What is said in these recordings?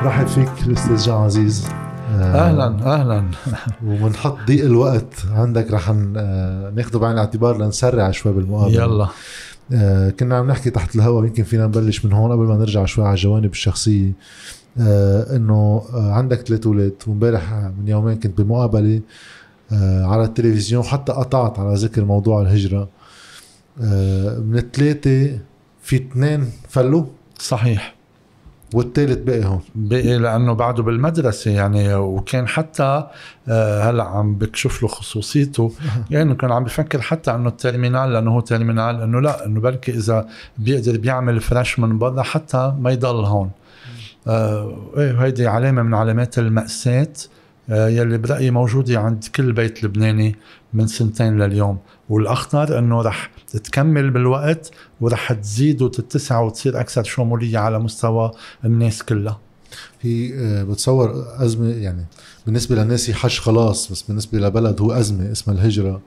رحب فيك الأستاذ جان عزيز. أهلا ومنحط ضيق الوقت عندك رح ناخده بعين الاعتبار لنسرع شوي بالمقابلة. يلا. كنا عم نحكي تحت الهواء، يمكن فينا نبلش من هون قبل ما نرجع شوي على الجوانب الشخصية. انه عندك 3 أولاد، ومبارح من يومين كنت بمقابلة على التلفزيون، حتى قطعت على ذكر موضوع الهجرة. من 3 في 2 فلوا، صحيح، والثالث بقي هون بقي لأنه بعده بالمدرسة يعني، وكان حتى هلأ عم بكشف له خصوصيته يعني كان عم بفكر حتى أنه الترمينال، لأنه هو ترمينال، أنه لا، أنه بركي إذا بيقدر بيعمل فريش من برا حتى ما يضل هون. هيدي علامة من علامات المأساة يلي برأيي موجودة عند كل بيت لبناني من 2 لليوم، والأخطر أنه رح تكمل بالوقت ورح تزيد وتتسع وتصير أكثر شمولية على مستوى الناس كلها. هي بتصور أزمة يعني بالنسبة للناس يحش خلاص، بس بالنسبة لبلد هو أزمة اسمها الهجرة.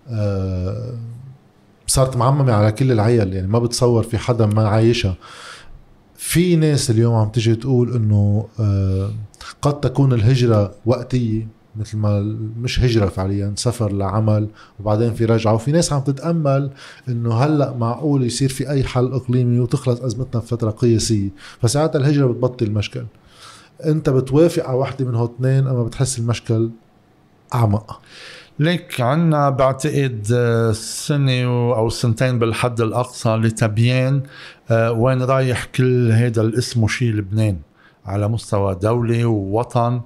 صارت معممة على كل العيال، يعني ما بتصور في حدا ما عايشها. في ناس اليوم عم تيجي تقول انه قد تكون الهجرة وقتية، مثل ما مش هجرة فعليا، سفر لعمل وبعدين في رجعة. وفي ناس عم تتأمل انه هلأ معقول يصير في اي حل اقليمي وتخلص ازمتنا بفترة قياسية، فساعتها الهجرة بتبطل مشكل. انت بتوافق على واحدة من هالتنين اما بتحس المشكل اعمق؟ ليك عنا بعتقد 1 أو 2 بالحد الأقصى لتبيين وين رايح كل هذا الاسم وشي لبنان على مستوى دولي ووطن،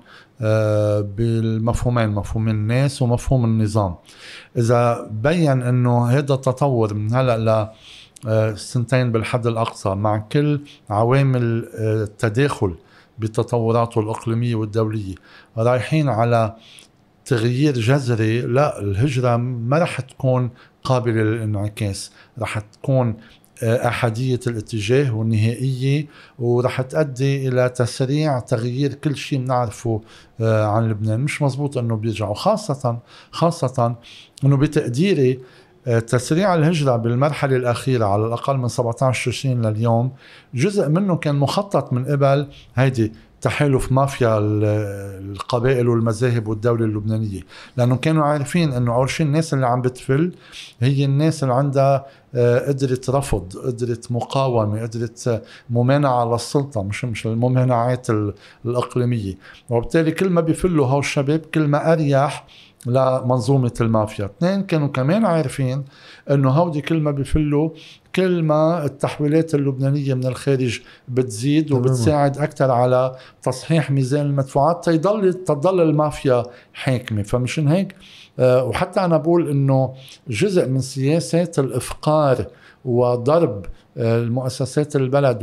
بالمفهومين، مفهوم الناس ومفهوم النظام. إذا بيّن أنه هذا التطور من هلأ ل 2 بالحد الأقصى مع كل عوامل التداخل بالتطورات الإقليمية والدولية رايحين على تغيير جذري، لا، الهجرة ما رح تكون قابلة للانعكاس، رح تكون أحادية الاتجاه والنهائية، ورح تؤدي إلى تسريع تغيير كل شيء بنعرفه عن لبنان. مش مزبوط أنه بيرجعوا، خاصة أنه بتقديري تسريع الهجرة بالمرحلة الأخيرة على الأقل من 17 تشرين لليوم جزء منه كان مخطط من قبل هيدي تحالف مافيا القبائل والمذاهب والدولة اللبنانية، لأنه كانوا عارفين أنه أول شيء الناس اللي عم بتفل هي الناس اللي عندها قدرة رفض، قدرة مقاومة، قدرة ممانعة للسلطة، مش الممانعات الإقليمية. وبالتالي كل ما بيفلوا هاو الشباب كل ما أريح لمنظومة المافيا. 2 كانوا كمان عارفين أنه هودي كل ما بيفلوا كل ما التحويلات اللبنانية من الخارج بتزيد وبتساعد أكثر على تصحيح ميزان المدفوعات تضل المافيا حاكمة. فمشان هيك وحتى أنا بقول أنه جزء من سياسة الإفقار وضرب المؤسسات البلد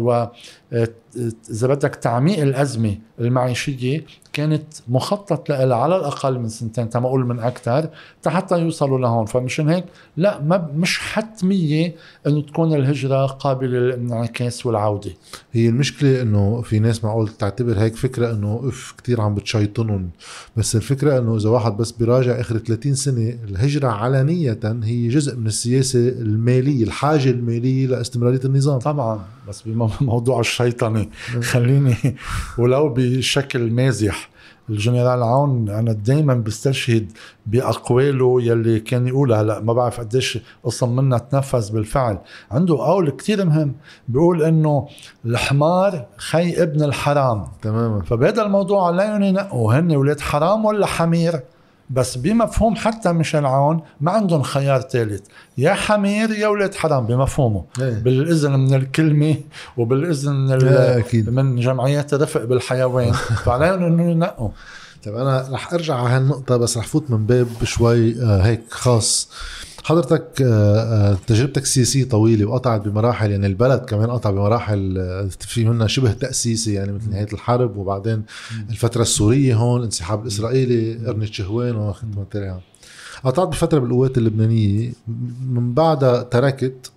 وإذا بدك تعميق الأزمة المعيشية كانت مخطط لها على الأقل من 2 تما أقول من أكثر حتى يوصلوا لهون. فمشان هيك لا، مش حتمية أنه تكون الهجرة قابلة للانعكاس والعودة. هي المشكلة أنه في ناس معقول تعتبر هيك فكرة أنه كتير عم بتشيطنون، بس الفكرة أنه إذا واحد بس بيراجع آخر 30 سنة الهجرة علنية هي جزء من السياسة المالية، الحاجة المالية لاستمرارية النظام. طبعا، بس بموضوع الشيطنة خليني ولو بشكل مازح، الجنرال عون أنا دايما بستشهد بأقواله يلي كان يقولها، هلا ما بعرف قديش قصة منها تنفذ بالفعل. عنده قول كتير مهم، بيقول إنه الحمار خي ابن الحرام. تماما. فبهذا الموضوع لا ينقوا هن ولاد حرام ولا حمير، بس بمفهوم حتى ميشيل عون ما عندهم خيار ثالث، يا حمير يا ولاد حرام بمفهومه. بالإذن من الكلمة وبالإذن من جمعيات الرفق بالحيوان، فعليهم إنه ينقوا. طب أنا رح أرجع على هالنقطة، بس رح فوت من باب شوي هيك خاص. حضرتك تجربتك سياسية طويلة وقطعت بمراحل، يعني البلد كمان قطع بمراحل في منها شبه تأسيسي، يعني مثل نهاية الحرب وبعدين الفترة السورية، هون الانسحاب الإسرائيلي، قرن الشهوين وختمتها. قطعت بفترة بالقوات اللبنانية، من بعدها تركت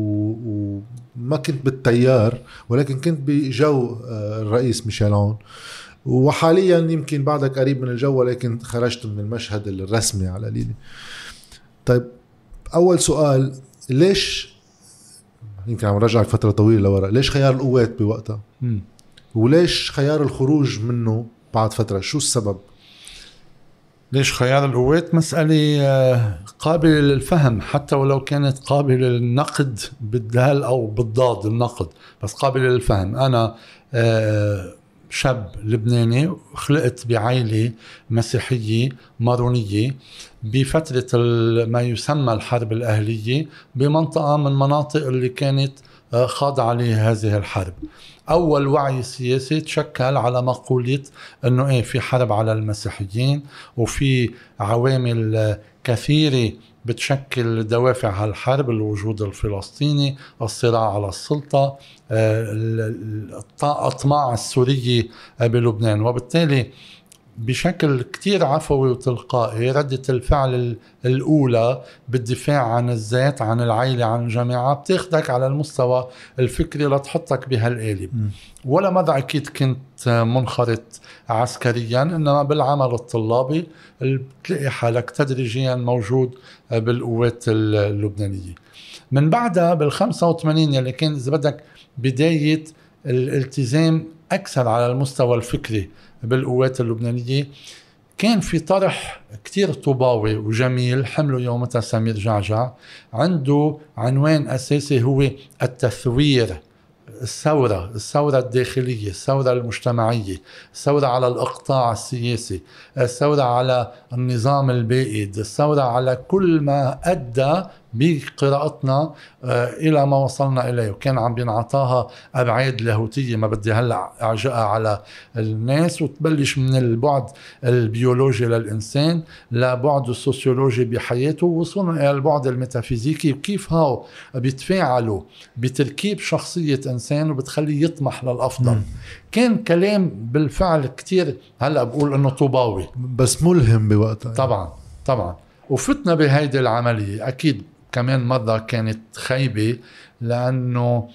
وما كنت بالتيار، ولكن كنت بجو الرئيس ميشيل عون، وحاليا يمكن بعدك قريب من الجو ولكن خرجت من المشهد الرسمي على قليل. طيب أول سؤال، ليش يمكن عم رجعك فترة طويلة لورا، ليش خيار القوات بوقتها؟ وليش خيار الخروج منه بعد فترة؟ شو السبب؟ ليش خيار القوات؟ مسألة قابلة للفهم، حتى ولو كانت قابلة للنقد بالدال أو بالضاد النقد، بس قابلة للفهم. أنا شاب لبناني خلقت بعائلة مسيحية مارونية بفترة ما يسمى الحرب الأهلية بمنطقة من مناطق اللي كانت خاضعة لهذه الحرب. أول وعي سياسي تشكل على مقولة أنه إيه في حرب على المسيحيين وفي عوامل كثيرة بتشكل دوافع هالحرب، الوجود الفلسطيني، الصراع على السلطة، الأطماع السورية بلبنان. وبالتالي بشكل كتير عفوي وتلقائي ردة الفعل الأولى بالدفاع عن الذات، عن العائلة، عن الجماعة، بتاخدك على المستوى الفكري لتحطك بهالقالب. ولا مرة أكيد كنت منخرط عسكريا، إنما بالعمل الطلابي بتلاقي حالك تدريجيا موجود بالقوات اللبنانية. من بعدها بال85 اللي كان إذا بدك بداية الالتزام أكثر على المستوى الفكري بالقوات اللبنانية، كان في طرح كتير طوباوي وجميل حمله يومتها سمير جعجع، عنده عنوان أساسي هو التثوير، الثورة الداخلية، الثورة المجتمعية، الثورة على الإقطاع السياسي، الثورة على النظام البائد، الثورة على كل ما أدى بقراءتنا إلى ما وصلنا إليه. وكان عم بينعطاها أبعاد لاهوتية ما بدي هلأ أعجقها على الناس، وتبلش من البعد البيولوجي للإنسان لبعد السوسيولوجي بحياته، وصلنا إلى البعد الميتافيزيكي وكيف هاو بيتفاعلوا بتركيب شخصية إنسان وبتخليه يطمح للأفضل. كان كلام بالفعل كتير هلأ بقول إنه طوباوي بس ملهم بوقتها. طبعا وفتنا بهيدي العملية. أكيد كمان مرة كانت خيبة، لأنه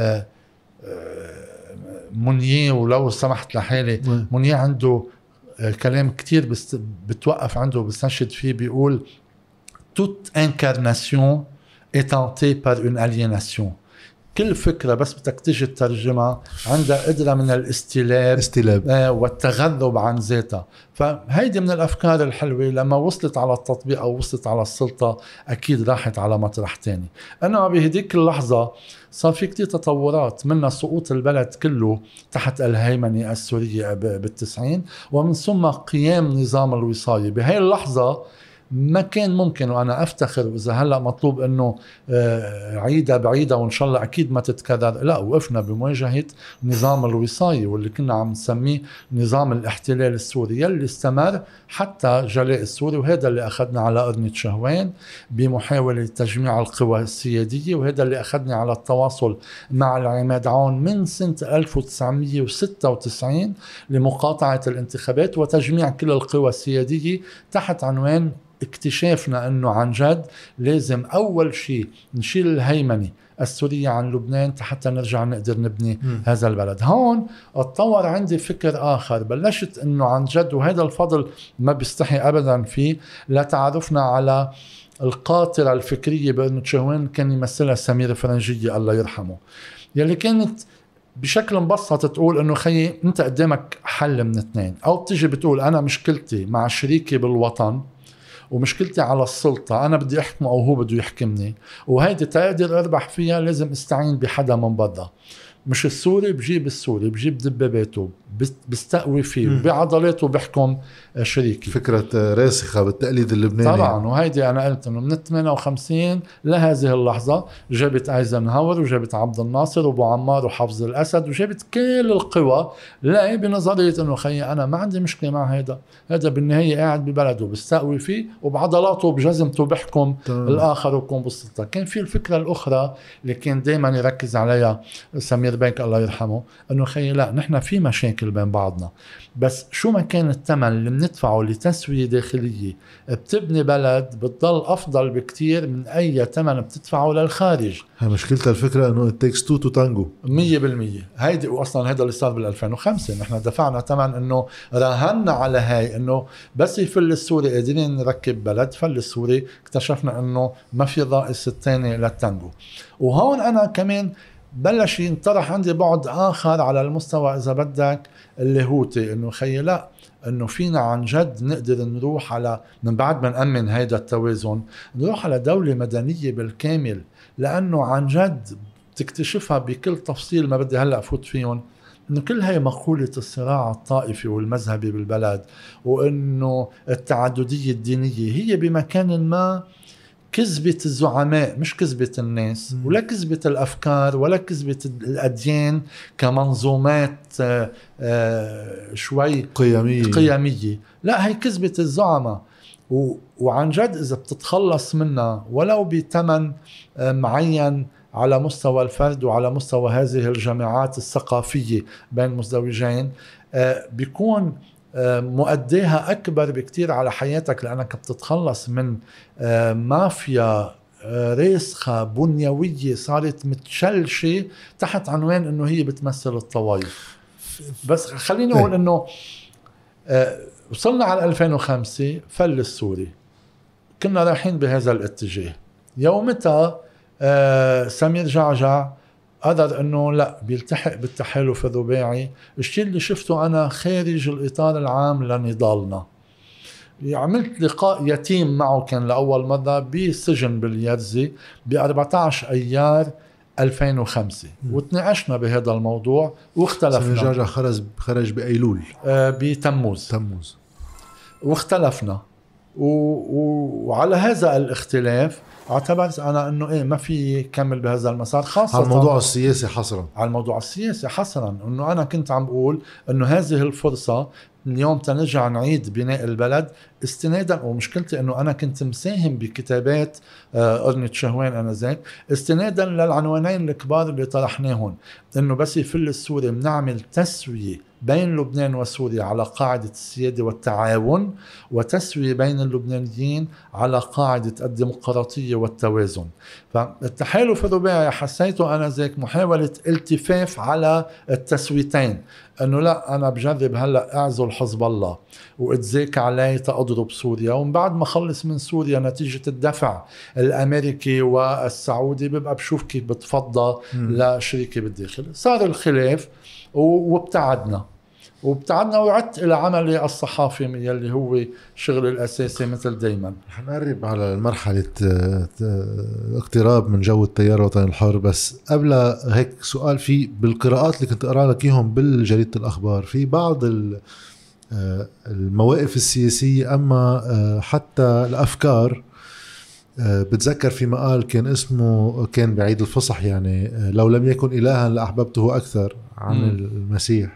منيه، ولو سمحت لحالي، منيه عنده كلام كتير بتوقف عنده بستنشد فيه، بيقول toute incarnation est tentée par une aliénation. كل فكرة بس بدك تيجي تترجمها عندها قدرة من الاستلاب والتغذب عن ذاتها. فهيدي من الأفكار الحلوة لما وصلت على التطبيق أو وصلت على السلطة أكيد راحت على مطرح تاني. أنا بهديك اللحظة صار في كتير تطورات، منها سقوط البلد كله تحت الهيمنة السورية بال90، ومن ثم قيام نظام الوصاية. بهاي اللحظة ما كان ممكن، وأنا أفتخر وإذا هلأ مطلوب أنه عيدة بعيدة وإن شاء الله أكيد ما تتكرر، لا، وقفنا بمواجهة نظام الوصاية واللي كنا عم نسميه نظام الاحتلال السوري يلي استمر حتى جلاء السوري. وهذا اللي أخذنا على قرنة شهوان بمحاولة تجميع القوى السيادية، وهذا اللي أخذني على التواصل مع العماد عون من سنة 1996 لمقاطعة الانتخابات وتجميع كل القوى السيادية تحت عنوان اكتشافنا أنه عن جد لازم أول شيء نشيل الهيمنة السورية عن لبنان حتى نرجع نقدر نبني هذا البلد. هون اتطور عندي فكر آخر، بلشت أنه عن جد، وهذا الفضل ما بيستحي أبدا فيه، لتعرفنا على القاطرة الفكرية بأنه شهوان كان يمثلها سمير فرنجية الله يرحمه، يلي كانت بشكل مبسط تقول انه خيي انت قدامك حل من اثنين، او بتيجي بتقول انا مشكلتي مع شريكي بالوطن ومشكلتي على السلطة، أنا بدي أحكمه أو هو بده يحكمني، وهيدي تقدر أربح فيها لازم استعين بحدا من برا، مش السوري بجيب السوري بجيب دباباته بستقوي فيه وبعضلاته بحكم شريكي. فكرة راسخة بالتقليد اللبناني طبعا. وهيدي أنا قلت أنه من 58 لهذه اللحظة جابت ايزنهاور وجابت عبد الناصر وابو عمار وحافظ الأسد وجابت كل القوى، لا بنظرية أنه خيي أنا ما عندي مشكلة مع هذا بالنهاية قاعد ببلده بستقوي فيه وبعضلاته بجزمته بحكم الآخر وكون بالسلطة. كان في الفكرة الأخرى اللي كان دايما يركز عليها سمير بيك الله يرحمه، أنه خيي لا، نحن في مشاكل بين بعضنا، بس شو ما كان الثمن اللي بندفعه لتسوية داخلية بتبني بلد بتضل أفضل بكتير من أي ثمن بتدفعه للخارج. هاي مشكلة الفكرة أنه it takes two to tango 100%. هيدي وأصلا هذا اللي صار بال2005، نحن دفعنا ثمن أنه راهنا على هاي، أنه بس يفل السوري قادرين نركب بلد، فل السوري اكتشفنا أنه ما في الرئيس الثاني للتانجو. وهون أنا كمان بلش ينطرح عندي بعد آخر على المستوى إذا بدك اللاهوتي، إنه خيي لا، إنه فينا عن جد نقدر نروح على، من بعد ما نأمن هيدا التوازن، نروح على دولة مدنية بالكامل، لأنه عن جد تكتشفها بكل تفصيل ما بدي هلأ فوت فيهم، إنه كل هاي مقولة الصراع الطائفي والمذهبي بالبلد، وإنه التعددية الدينية هي بمكان ما كذبة الزعماء، مش كذبة الناس، ولا كذبة الأفكار، ولا كذبة الأديان كمنظومات شوي قيمية. لا، هي كذبة الزعماء. وعن جد إذا بتتخلص منها ولو بثمن معين على مستوى الفرد وعلى مستوى هذه الجماعات الثقافية بين مزدوجين، بيكون مؤديها أكبر بكتير على حياتك، لأنك بتتخلص من مافيا راسخة بنيوية صارت متشلشة تحت عنوان أنه هي بتمثل الطوائف. بس خليني أقول أنه وصلنا على 2005 فل السوري، كنا رايحين بهذا الاتجاه. يومتها سمير جعجع قدر انه لا، بيلتحق بالتحالف الرباعي. الشيء اللي شفته انا خارج الاطار العام لنضالنا، عملت لقاء يتيم معه كان لاول مره بسجن باليرزي ب 14 ايار 2005، وتناقشنا بهذا الموضوع واختلفنا. سمير جعجع خرج بايلول بتموز واختلفنا، وعلى هذا الاختلاف اعتبرت انا انه ايه ما في كمل بهذا المسار، خاصة على الموضوع السياسي حصرا. على الموضوع السياسي حصرا، انه انا كنت عم بقول انه هذه الفرصة اليوم تنرجع نعيد بناء البلد استنادا، ومشكلتي انه انا كنت مساهم بكتابات قرنة شهوان انذاك استنادا للعنوانين الكبار اللي طرحناهم، انه بس يفل السوري بنعمل تسوية بين لبنان وسوريا على قاعدة السيادة والتعاون، وتسوية بين اللبنانيين على قاعدة الديمقراطية والتوازن. فالتحالف الرباعي حسيته أنا ذاك محاولة التفاف على التسويتين، أنه لا، أنا بجرب هلأ أعزل حزب الله واتذاك عليه تأضرب سوريا، ومن بعد ما خلص من سوريا نتيجة الدفع الأمريكي والسعودي ببقى بشوف كيف بتفضى لشريكي بالداخل. صار الخلاف وابتعدنا وعدت إلى عملي الصحافي يلي هو شغل الأساسي مثل دايما. رح نقرب على مرحلة اقتراب من جو التيار الوطني الحر، بس قبل هيك سؤال، في بالقراءات اللي كنت أقرأ لك إياهم بالجريدة الأخبار في بعض المواقف السياسية أما حتى الأفكار، بتذكر في مقال كان اسمه، كان بعيد الفصح يعني، لو لم يكن إلها لأحببته أكثر، عن المسيح.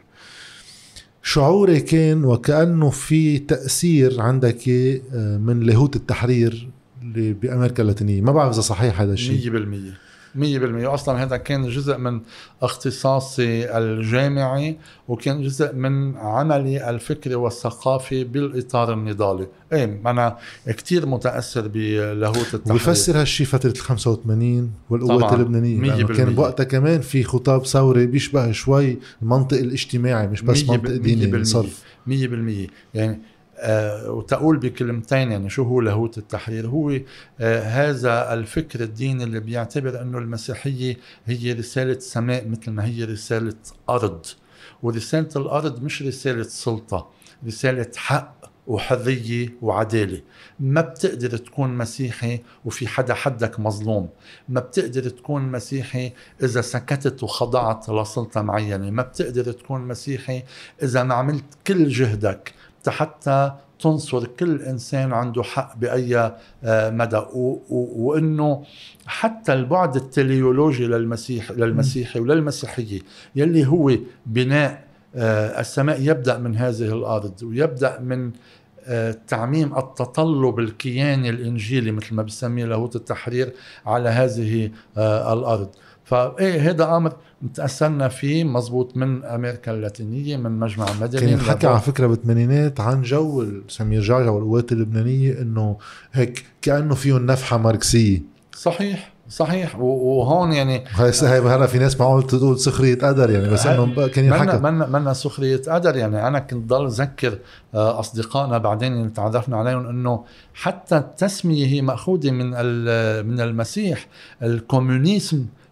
شعوري كان وكأنه في تأثير عندك من لاهوت التحرير اللي بأمريكا اللاتينية. ما بعرف إذا صحيح هذا الشيء. 100%. أصلا هذا كان جزء من اختصاصي الجامعي، وكان جزء من عملي الفكري والثقافي بالإطار النضالي. أنا كتير متأثر بلاهوت التحرير. ويفسر هالشيء فترة 85 والقوات اللبنانية، كان بوقتها كمان في خطاب ثوري بيشبه شوي المنطق الاجتماعي، مش بس منطق ديني صرف. 100%. يعني وتقول بكلمتين يعني شو هو لاهوت التحرير؟ هو هذا الفكر الديني اللي بيعتبر أنه المسيحية هي رسالة سماء مثل ما هي رسالة أرض، ورسالة الأرض مش رسالة سلطة، رسالة حق وحرية وعدالة. ما بتقدر تكون مسيحي وفي حدك مظلوم، ما بتقدر تكون مسيحي إذا سكتت وخضعت لسلطة معينة، ما بتقدر تكون مسيحي إذا ما عملت كل جهدك حتى تنصر كل إنسان عنده حق بأي مدى. وإنه حتى البعد التليولوجي للمسيحي وللمسيحية يلي هو بناء السماء يبدأ من هذه الأرض، ويبدأ من تعميم التطلب الكياني الإنجيلي مثل ما بسميه لاهوت التحرير على هذه الأرض. فايه هذا امر تأثرنا فيه مزبوط من امريكا اللاتينية، من مجمع مدني. كان حكى على فكرة بالثمانينات عن جو سمير جعجع والقوات اللبنانية انه هيك كأنه فيهم نفحة ماركسية. صحيح. وهون يعني هلا في ناس معقول تقول سخرية قدر يعني، بس انه كان ينحكى منا سخرية قدر يعني. انا كنت ضل ذكر اصدقائنا بعدين اللي تعرفنا عليهم انه حتى التسمية هي مأخوذة من المسيح. الكومونيسم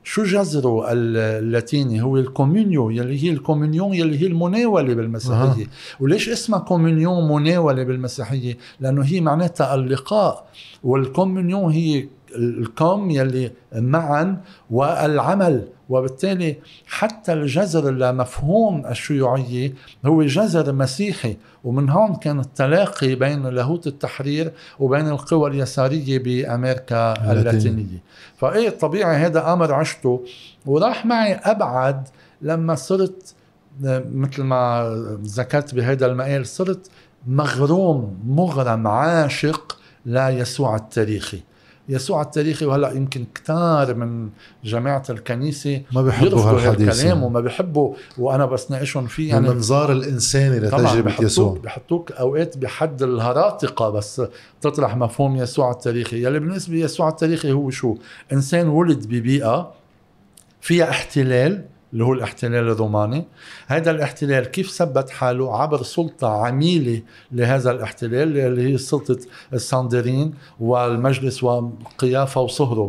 شو جذره اللاتيني؟ هو الكومينيو، يلي هي الكومينيون، يلي هي المناولة بالمسيحية. وليش اسمها كومينيون مناولة بالمسيحية؟ لأنه هي معناتها اللقاء، والكومينيون هي الكم يلي معا والعمل. وبالتالي حتى الجذر لمفهوم الشيوعية هو جذر مسيحي، ومن هون كان التلاقي بين لاهوت التحرير وبين القوى اليسارية بأمريكا اللاتينية. فإيه طبيعي هذا أمر عشته، وراح معي أبعد لما صرت مثل ما ذكرت بهذا المقال، صرت مغرم عاشق ليسوع التاريخي. يسوع التاريخي، وهلا يمكن كتار من جماعة الكنيسة ما بيحبوا هالكلام وما بيحبوا، وانا بس ناقشهم فيه يعني المنظار الانساني لتجربة يسوع. بحطوك اوقات بحد الهراطقة بس تطرح مفهوم يسوع التاريخي، يلي بالنسبة يسوع التاريخي هو شو؟ انسان ولد ببيئة فيها احتلال، اللي هو الاحتلال الروماني. هذا الاحتلال كيف ثبت حاله؟ عبر سلطة عميلة لهذا الاحتلال اللي هي سلطة الساندرين والمجلس وقيافة وصهره.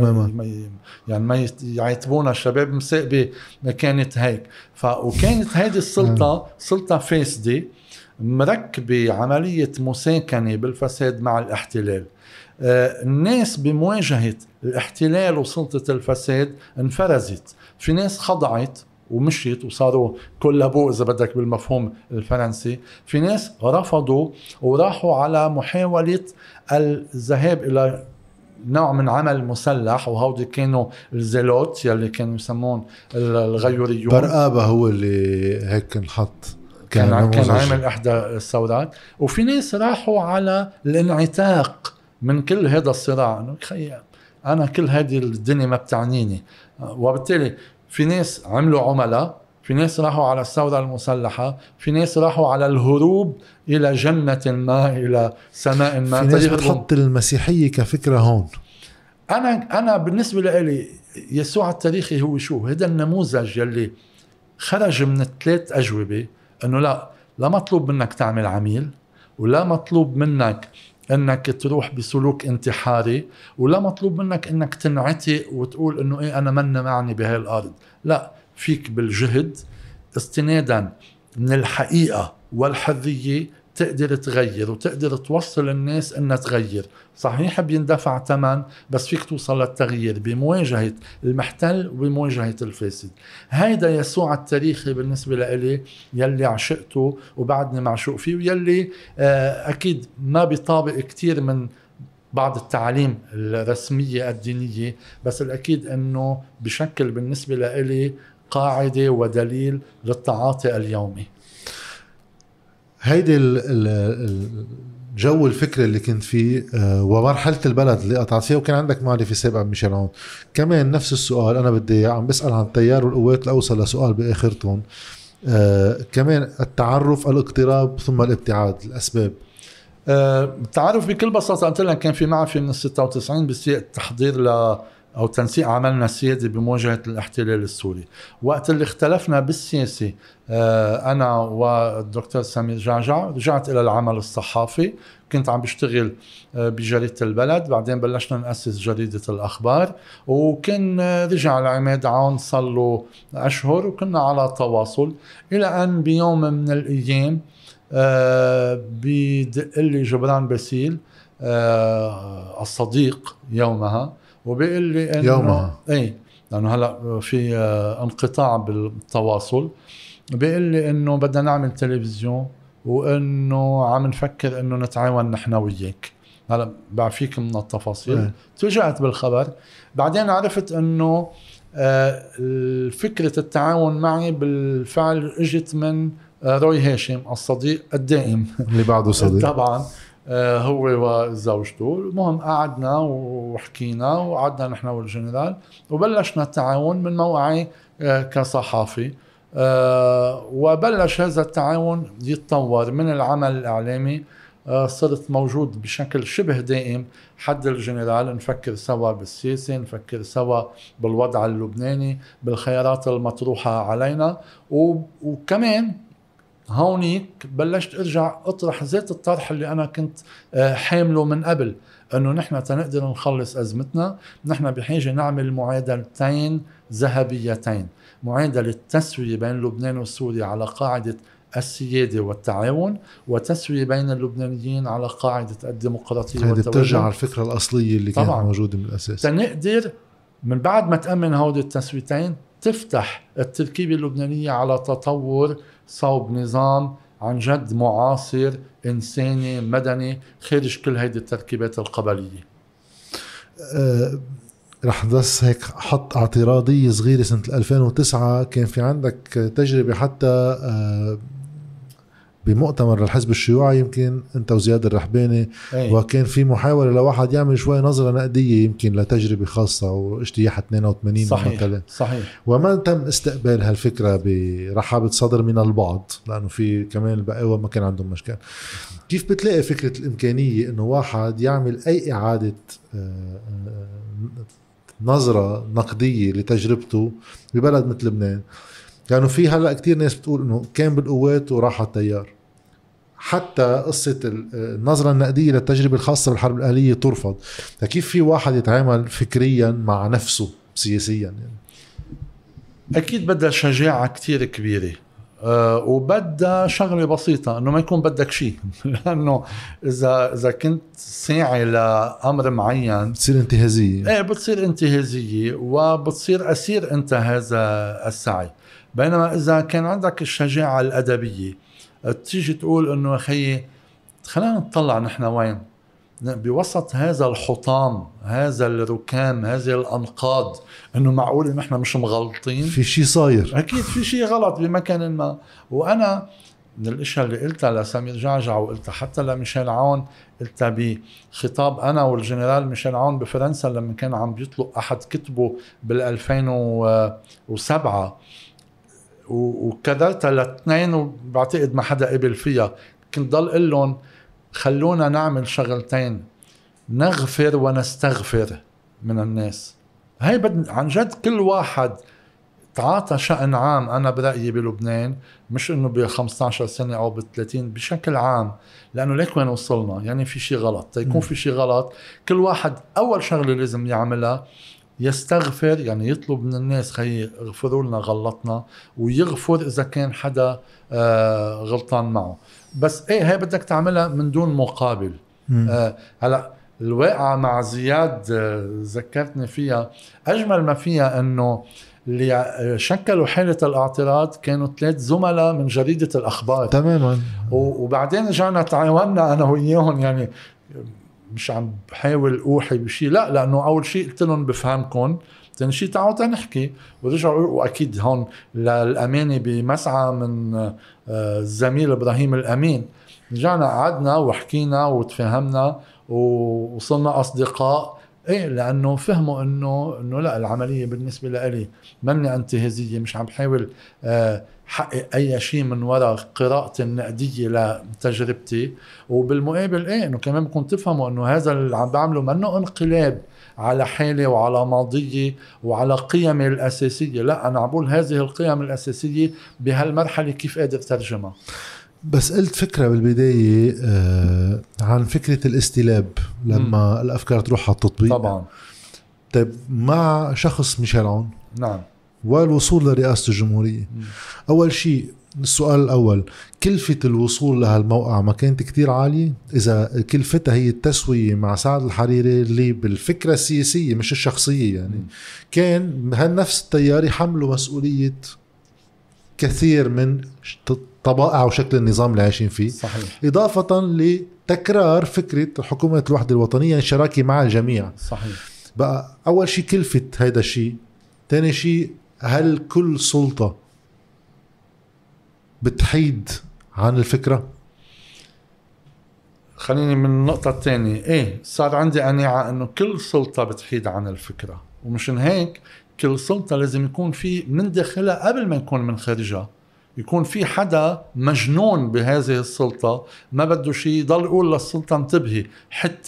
ما يعتبونا الشباب مساقبة كانت هيك. وكانت هذه السلطة سلطة فاسدة مركبة عملية مساكنة بالفساد مع الاحتلال. الناس بمواجهة الاحتلال وسلطة الفساد انفرزت. في ناس خضعت ومشيت وصاروا كل أبوه إذا بدك بالمفهوم الفرنسي. في ناس رفضوا وراحوا على محاولة الذهاب إلى نوع من عمل مسلح، وهودي كانوا الزيلوت يلي كانوا يسمون الغيوريون. برقابة هو اللي هيك انحط، كان عامل إحدى الثورات. وفي ناس راحوا على الانعتاق من كل هذا الصراع، انه انا كل هذه الدنيا ما بتعنيني. وبالتالي في ناس عملوا عملاء، في ناس راحوا على الثورة المسلحة، في ناس راحوا على الهروب إلى جنة ما، إلى سماء ما. في ناس بتحط المسيحية كفكرة هون. أنا بالنسبة لي يسوع التاريخي هو شو؟ هذا النموذج يلي خرج من الثلاث أجوبة، أنه لا مطلوب منك تعمل عميل، ولا مطلوب منك انك تروح بسلوك انتحاري، ولا مطلوب منك انك تنعتق وتقول انه ايه انا من معني بهاي الارض. لا، فيك بالجهد استنادا من الحقيقة والحرية تقدر تغير وتقدر توصل الناس انها تغير. صحيح بيندفع ثمن، بس فيك توصل للتغيير بمواجهة المحتل وبمواجهة الفاسد. هيدا يسوع التاريخي بالنسبة لإلي يلي عشقته وبعدني معشوق فيه، ويلي أكيد ما بيطابق كتير من بعض التعاليم الرسمية الدينية، بس الأكيد أنه بشكل بالنسبة لإلي قاعدة ودليل للتعاطي اليومي. هيدي الجو الفكري اللي كنت فيه ومرحلة البلد اللي قطعت فيها، وكان عندك معرفة سابقة بميشيل عون. كمان نفس السؤال أنا بدي عم بسأل عن التيار والقوات لأوصل لسؤال بآخرتهم. كمان التعرف، الاقتراب، ثم الابتعاد، الأسباب. التعرف بكل بساطة قلت لك كان في معرفة من 96 بسيء التحضير أو تنسيق عملنا السيادي بمواجهة الاحتلال السوري. وقت اللي اختلفنا بالسياسة أنا والدكتور سمير جعجع، رجعت إلى العمل الصحافي. كنت عم بشتغل بجريدة البلد، بعدين بلشنا نأسس جريدة الأخبار، وكان رجع العماد عون صلوا أشهر وكنا على تواصل، إلى أن بيوم من الأيام بيدق لي جبران باسيل الصديق يومها، وبيقول لي انه يومها اي لانه هلا في انقطاع بالتواصل. بيقول لي انه بدنا نعمل تلفزيون، وانه عم نفكر انه نتعاون نحن وياك. هلا بعفيك من التفاصيل. تفاجأت بالخبر. بعدين عرفت انه فكرة التعاون معي بالفعل اجت من روي هاشم الصديق الدائم اللي بعده صديق طبعا، هو وزوجته. المهم قعدنا وحكينا وقعدنا نحن والجنرال وبلشنا التعاون من موقعي كصحافي. وبلش هذا التعاون يتطور من العمل الإعلامي. صرت موجود بشكل شبه دائم حد الجنرال، نفكر سوا بالسياسة، نفكر سوا بالوضع اللبناني، بالخيارات المطروحة علينا. وكمان هونيك بلشت ارجع اطرح ذات الطرح اللي انا كنت حامله من قبل، انه نحن تنقدر نخلص ازمتنا نحن بحاجه نعمل معادلتين ذهبيتين، معادله التسويه بين لبنان وسوريا على قاعده السياده والتعاون، وتسويه بين اللبنانيين على قاعده الديمقراطيه والتوازن. بترجع على والتوازن. الفكره الاصليه اللي كانت موجوده من الاساس. تنقدر من بعد ما تامن هودي التسويتين تفتح التركيبه اللبنانيه على تطور صوب نظام عن جد معاصر إنساني مدني خارج كل هيدي التركيبات القبلية. رح بس هيك حط اعتراضية صغيرة. سنة 2009 كان في عندك تجربة حتى بمؤتمر الحزب الشيوعي، يمكن انت وزياد الرحباني، وكان في محاولة لواحد يعمل شوي نظرة نقدية يمكن لتجربة خاصة واجتياح 82 صحيح. صحيح. وما تم استقبال هالفكرة برحابة صدر من البعض، لأنه في كمان البقاوة ما كان عندهم مشكلة. كيف بتلاقي فكرة الإمكانية إنه واحد يعمل أي إعادة نظرة نقدية لتجربته ببلد مثل لبنان؟ كانوا في هلأ كتير ناس بتقول إنه كان بالقوات وراح التيار. حتى قصة النظرة النقدية للتجربة الخاصة بالحرب الأهلية ترفض. فكيف في واحد يتعامل فكريا مع نفسه سياسيا يعني؟ أكيد بدها شجاعة كتير كبيرة، وبدها شغلة بسيطة إنه ما يكون بدك شيء لأنه إذا كنت ساعي لأمر معين بتصير انتهازية. بتصير انتهازية وبتصير أسير أنت هذا السعي. بينما إذا كان عندك الشجاعة الأدبية تيجي تقول إنه أخي خلينا نطلع نحن وين بوسط هذا الحطام، هذا الركام، هذه الأنقاض، إنه معقول نحن مش مغلطين، في شيء صاير، أكيد في شيء غلط بمكان ما. وأنا من الاشياء اللي قلتها لسمير جعجع وقلتها حتى لميشيل عون، قلتها بخطاب أنا والجنرال ميشيل عون بفرنسا لما كان عم بيطلق أحد كتبه بال2007، وكدرتها لاثنين وبعتقد ما حدا قبل فيها. كنت ضل قل لهم خلونا نعمل شغلتين، نغفر ونستغفر من الناس. هاي عن جد كل واحد تعاطى شأن عام. أنا برأيي بلبنان مش إنه ب15 سنة أو ب30، بشكل عام، لأنه ليك وين وصلنا يعني في شيء غلط. تيكون في شيء غلط كل واحد أول شغلة لازم يعملها يستغفر، يعني يطلب من الناس خي اغفروا لنا غلطنا، ويغفر إذا كان حدا غلطان معه. بس هاي بدك تعملها من دون مقابل. هلأ الواقعة مع زياد ذكرتني فيها، أجمل ما فيها أنه اللي شكلوا حالة الاعتراض كانوا 3 زملاء من جريدة الأخبار تماما، وبعدين رجعنا تعاوننا أنا وياهم. يعني مش عم بحاول أوحي بشي، لا، لأنه أول شيء قلت لهم بفهمكم، ثاني شيء تعالوا نحكي. ورجعوا، وأكيد هون للأمانة بمسعى من الزميل إبراهيم الأمين، رجعنا قعدنا وحكينا وتفاهمنا ووصلنا أصدقاء. لأنه فهموا إنه لا، العملية بالنسبة لي مني انتهازية، مش عم بحاول حقق أي شيء من وراء قراءة النقدية لتجربتي. وبالمقابل إنه كمان بكون تفهموا إنه هذا اللي عم بعمله منه انقلاب على حالي وعلى ماضيي وعلى قيمي الأساسية، لا، أنا عبول هذه القيم الأساسية بهالمرحلة كيف قادر ترجمها. بس قلت فكرة بالبداية عن فكرة الاستلاب لما الأفكار تروح على التطبيق. طبعا. طيب مع شخص ميشيل عون، نعم، والوصول لرئاسة الجمهورية، أول شيء السؤال الأول، كلفة الوصول لهالموقع ما كانت كتير عالية؟ إذا كلفتها هي التسوية مع سعد الحريري اللي بالفكرة السياسية مش الشخصية، يعني كان هالنفس التيار يحملوا مسؤولية كثير من طبائع وشكل النظام اللي عايشين فيه. صحيح. إضافة لتكرار فكرة حكومة الوحدة الوطنية، يعني شراكة مع الجميع. صحيح. بقى أول شيء كلفة هيدا الشيء، تاني شيء هل كل سلطة بتحيد عن الفكرة؟ خليني من النقطة الثانية، صار عندي قناعة انه كل سلطة بتحيد عن الفكرة، ومشان هيك كل سلطة لازم يكون في من داخلها قبل ما يكون من خارجها، يكون في حدا مجنون بهذه السلطة ما بده شيء يضل يقول للسلطة انتبهي حتى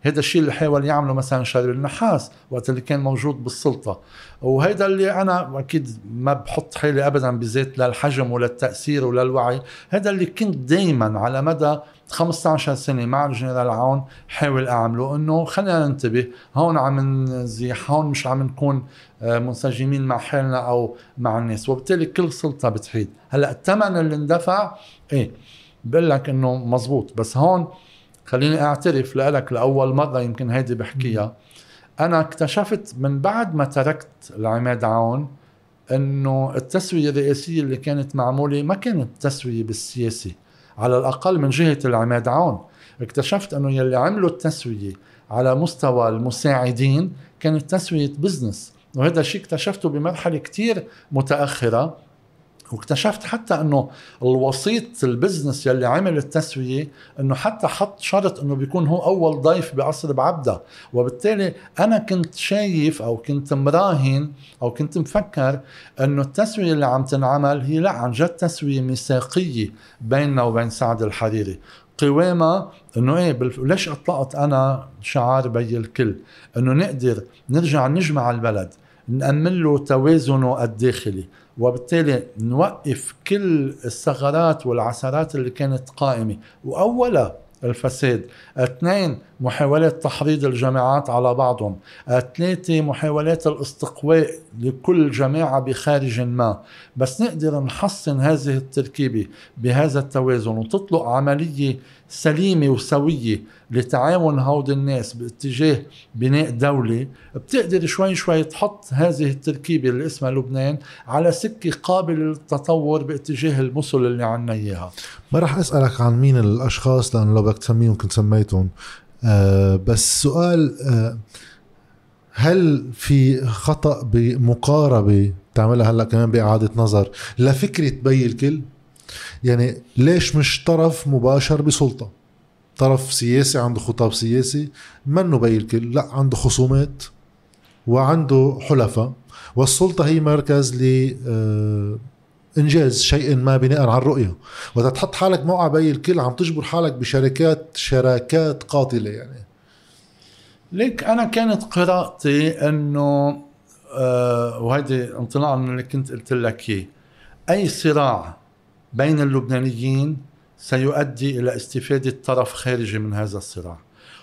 هذا الشيء اللي حاول يعمله مثلا شريف النحاس وقت اللي كان موجود بالسلطة. وهذا اللي أنا أكيد ما بحط حالي أبدا بذات لا الحجم ولا التأثير ولا الوعي، هذا اللي كنت دايما على مدى 15 سنة مع الجنرال عون حاول أعمله، إنه خلينا ننتبه، هون عم نزيح، هون مش عم نكون منسجمين مع حالنا أو مع الناس، وبالتالي كل سلطة بتحيد. هلأ الثمن اللي اندفع إيه بقول لك إنه مزبوط، بس هون خليني أعترف لك لأول مرة يمكن هيدي بحكيها، أنا اكتشفت من بعد ما تركت العماد عون إنه التسوية الرئاسية اللي كانت معمولة ما كانت تسوية بالسياسي، على الأقل من جهة العماد عون. اكتشفت أنه يلي عملوا التسوية على مستوى المساعدين كانت تسوية بزنس، وهذا الشيء اكتشفته بمرحلة كتير متأخرة. واكتشفت حتى أنه الوسيط البزنس يلي عمل التسوية أنه حتى حط شرط أنه بيكون هو أول ضيف بقصر بعبدة، وبالتالي أنا كنت شايف أو كنت مراهن أو كنت مفكر أنه التسوية اللي عم تنعمل هي لا عن جد تسوية ميثاقية بيننا وبين سعد الحريري. قوامة انه ايه ليش اطلقت انا شعار بي الكل، انه نقدر نرجع نجمع البلد، نأمن له توازنه الداخلي، وبالتالي نوقف كل الثغرات والعثرات اللي كانت قائمة، وأولا الفساد، 2 محاولات تحريض الجماعات على بعضهم، 3 محاولات الاستقواء لكل جماعة بخارج ما. بس نقدر نحسن هذه التركيبة بهذا التوازن وتطلق عملية سليمة وسوية لتعاون هود الناس باتجاه بناء دولة، بتقدر شوي شوي تحط هذه التركيبة اللي اسمها لبنان على سكة قابل للتطور باتجاه المثل اللي عنا إياها. ما راح أسألك عن مين الأشخاص لأن لو بدك تسميهم كنت سميتهم، بس سؤال، هل في خطأ بمقاربة تعملها هلأ كمان بإعادة نظر لفكرة بي الكل؟ يعني ليش مش طرف مباشر بسلطة، طرف سياسي عنده خطاب سياسي منه بي الكل، لا عنده خصومات وعنده حلفاء، والسلطة هي مركز إنجاز شيء ما بناء على الرؤية، وتتحط حالك موقع بي الكل عم تجبر حالك شراكات قاتلة. يعني ليك أنا كانت قراءتي أنه وهذه انطلاقا من اللي كنت قلت لك إيه، أي صراع بين اللبنانيين سيؤدي إلى استفادة طرف خارجي من هذا الصراع،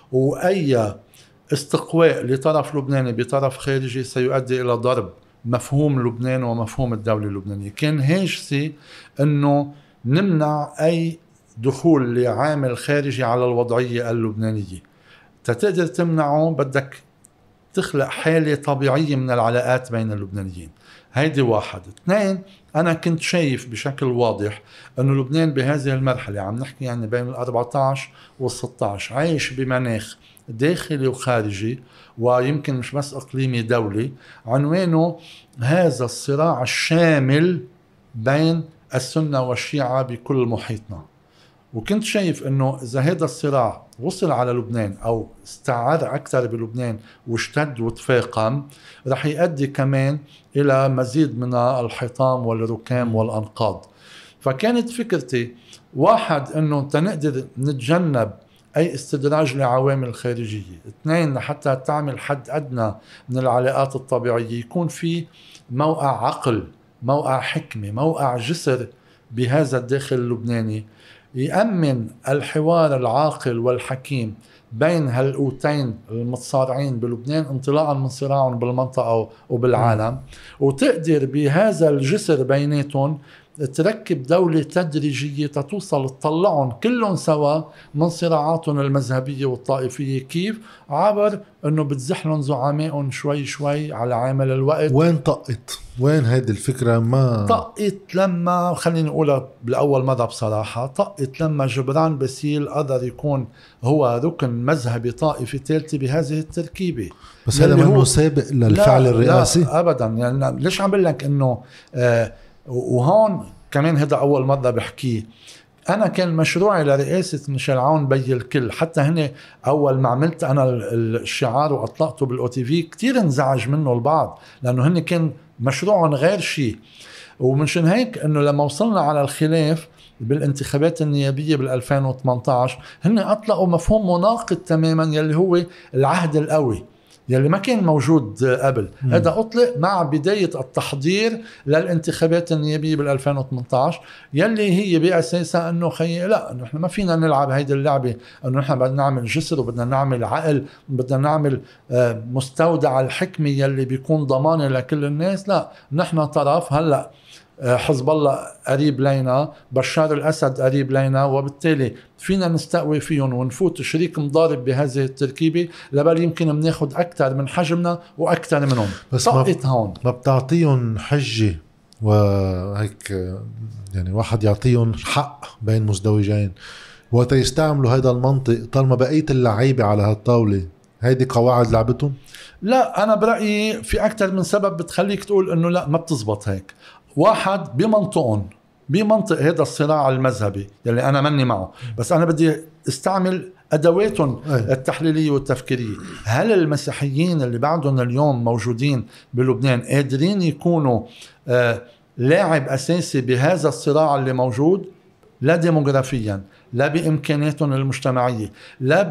وأي استقواء لطرف لبناني بطرف خارجي سيؤدي إلى ضرب مفهوم لبنان ومفهوم الدولة اللبنانية. كان هاجسي أنه نمنع أي دخول لعامل خارجي على الوضعية اللبنانية. تقدر تمنعه بدك تخلق حالة طبيعية من العلاقات بين اللبنانيين، هيدي 1. 2 أنا كنت شايف بشكل واضح أنه لبنان بهذه المرحلة عم نحكي يعني بين 14 و16 عايش بمناخ داخلي وخارجي، ويمكن مش بس إقليمي دولي، عنوانه هذا الصراع الشامل بين السنة والشيعة بكل محيطنا. وكنت شايف انه اذا هذا الصراع وصل على لبنان او استعر اكثر بلبنان واشتد وتفاقم، رح يؤدي كمان الى مزيد من الحطام والركام والانقاض. فكانت فكرتي 1 انه نقدر نتجنب اي استدراج لعوامل خارجية، 2 لحتى تعمل حد ادنى من العلاقات الطبيعية، يكون في موقع عقل، موقع حكمة، موقع جسر بهذا الداخل اللبناني يأمن الحوار العاقل والحكيم بين هالقوتين المتصارعين بلبنان انطلاقا من صراعهم بالمنطقة وبالعالم، وتقدر بهذا الجسر بيناتهم تركب دولة تدريجية توصل تطلعهم كلهم سوا من صراعاتهم المذهبية والطائفية. كيف؟ عبر انه بتزحلهم زعمائهم شوي شوي على عامل الوقت. وين طقت؟ وين هيدي الفكرة؟ ما طقت لما خليني اقولها بالأول مرة بصراحة، طقت لما جبران باسيل قدر يكون هو ركن مذهبي طائفي ثالثي بهذه التركيبة. بس هذا منه سابق للفعل الرئاسي؟ لا أبدا. يعني ليش عم بقول لك انه وهون كمان هذا أول مرة بحكيه، أنا كان مشروعي لرئاسة ميشيل عون بي الكل، حتى هن أول ما عملت أنا الشعار وأطلقته بالOTV كتير انزعج منه البعض، لأنه هن كان مشروعهم غير شيء. ومنشان هيك أنه لما وصلنا على الخلاف بالانتخابات النيابية بال2018 هن أطلقوا مفهوم مناقض تماما يلي هو العهد القوي يلي ما كان موجود قبل. هذا أطلق مع بداية التحضير للانتخابات النيابية بال2018 يلي هي بأساسها أنه خي لا نحن ما فينا نلعب هيدي اللعبة، أنه نحن بدنا نعمل جسر وبدنا نعمل عقل وبدنا نعمل مستودع الحكمة يلي بيكون ضمانة لكل الناس. لا نحن طرف، هلأ حزب الله قريب لينا، بشار الأسد قريب لينا، وبالتالي فينا نستقوي فيهم ونفوت شريك مضارب بهذه التركيبة، لبل يمكن مناخد أكثر من حجمنا وأكثر منهم. بس هون ما بتعطيهم حجة وهيك يعني واحد يعطيهم حق بين مزدوجين وقت يستعملوا هذا المنطق طالما بقية اللعيبة على هالطاولة هيدي قواعد لعبتهم؟ لا، أنا برأيي في أكثر من سبب بتخليك تقول أنه لا ما بتزبط هيك. واحد بمنطق هذا الصراع المذهبي يلي أنا مني معه، بس أنا بدي استعمل أدواتهم التحليلية والتفكيرية. هل المسيحيين اللي بعدهم اليوم موجودين بلبنان قادرين يكونوا لاعب أساسي بهذا الصراع اللي موجود؟ لا ديموغرافيا، لا بإمكاناتهم المجتمعية، لا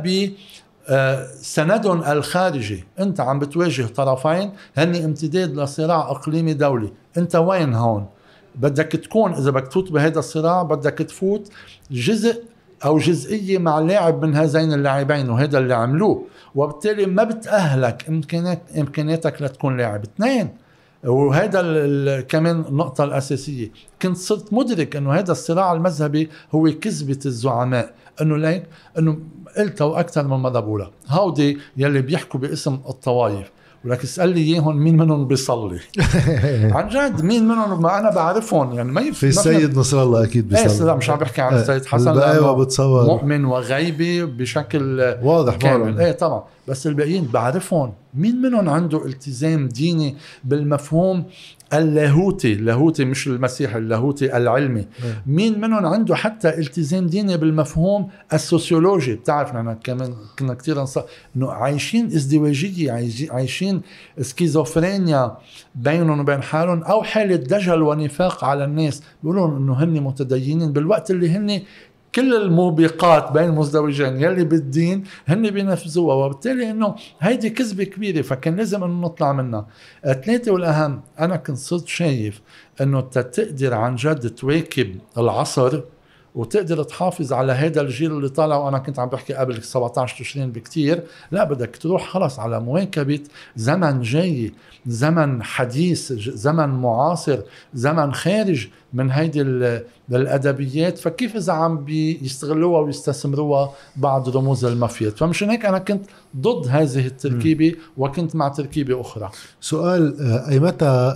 بسندهم الخارجي. أنت عم بتواجه طرفين هن امتداد لصراع إقليمي دولي. أنت وين هون؟ بدك تكون إذا بدك تفوت بهذا الصراع بدك تفوت جزء أو جزئية مع لاعب من هذين اللاعبين، وهذا اللي عملوه، وبالتالي ما بتأهلك إمكاناتك لتكون لاعب. اثنين، وهذا كمان النقطة الأساسية، كنت صرت مدرك أنه هذا الصراع المذهبي هو كذبة الزعماء. أنه ليك أنه قلت وأكثر من مرة بقولها، هودي يلي بيحكوا باسم الطوائف، ولك اسأل لي إياهم مين منهم بيصلي. عن جد مين منهم؟ ما أنا بعرفهم يعني. ما في السيد نصر الله أكيد بيصلي. لا مش عم بحكي عن السيد حسن مؤمن وغيبي بشكل واضح كامل. ايه طبعا، بس الباقيين بعرفهم مين منهم عنده التزام ديني بالمفهوم اللاهوتي مش المسيحي، اللاهوتي العلمي. مين منهم عنده حتى التزام ديني بالمفهوم السوسيولوجي؟ بتعرف نحن كمان كنا كتير انه عايشين ازدواجية، عايشين سكيزوفرينيا بينهم وبين حالهم، او حالة دجل ونفاق على الناس. بيقولون انه هن متدينين بالوقت اللي هن كل الموبقات بين المزدوجين يلي بالدين هن بينفذوها، وبالتالي انه هيدي كذبة كبيرة، فكان لازم انه نطلع منها. ثلاثة والأهم، أنا كنت صرت شايف انه تقدر عن جد تواكب العصر وتقدر تحافظ على هذا الجيل اللي طالع. وأنا كنت عم بحكي قبل 17 تشرين بكتير، لا بدك تروح خلص على مواكبة زمن جاي، زمن حديث، زمن معاصر، زمن خارج من هيدي الأدبيات. فكيف إذا عم بيستغلوها ويستثمروها بعض رموز المافيات؟ فمشان هيك أنا كنت ضد هذه التركيبة وكنت مع تركيبة أخرى. سؤال، أي متى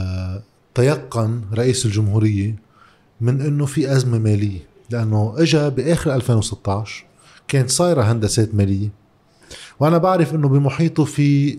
تيقن رئيس الجمهورية من انه في ازمه ماليه؟ لانه اجى باخر 2016 كانت صايره هندسات ماليه، وانا بعرف انه بمحيطه في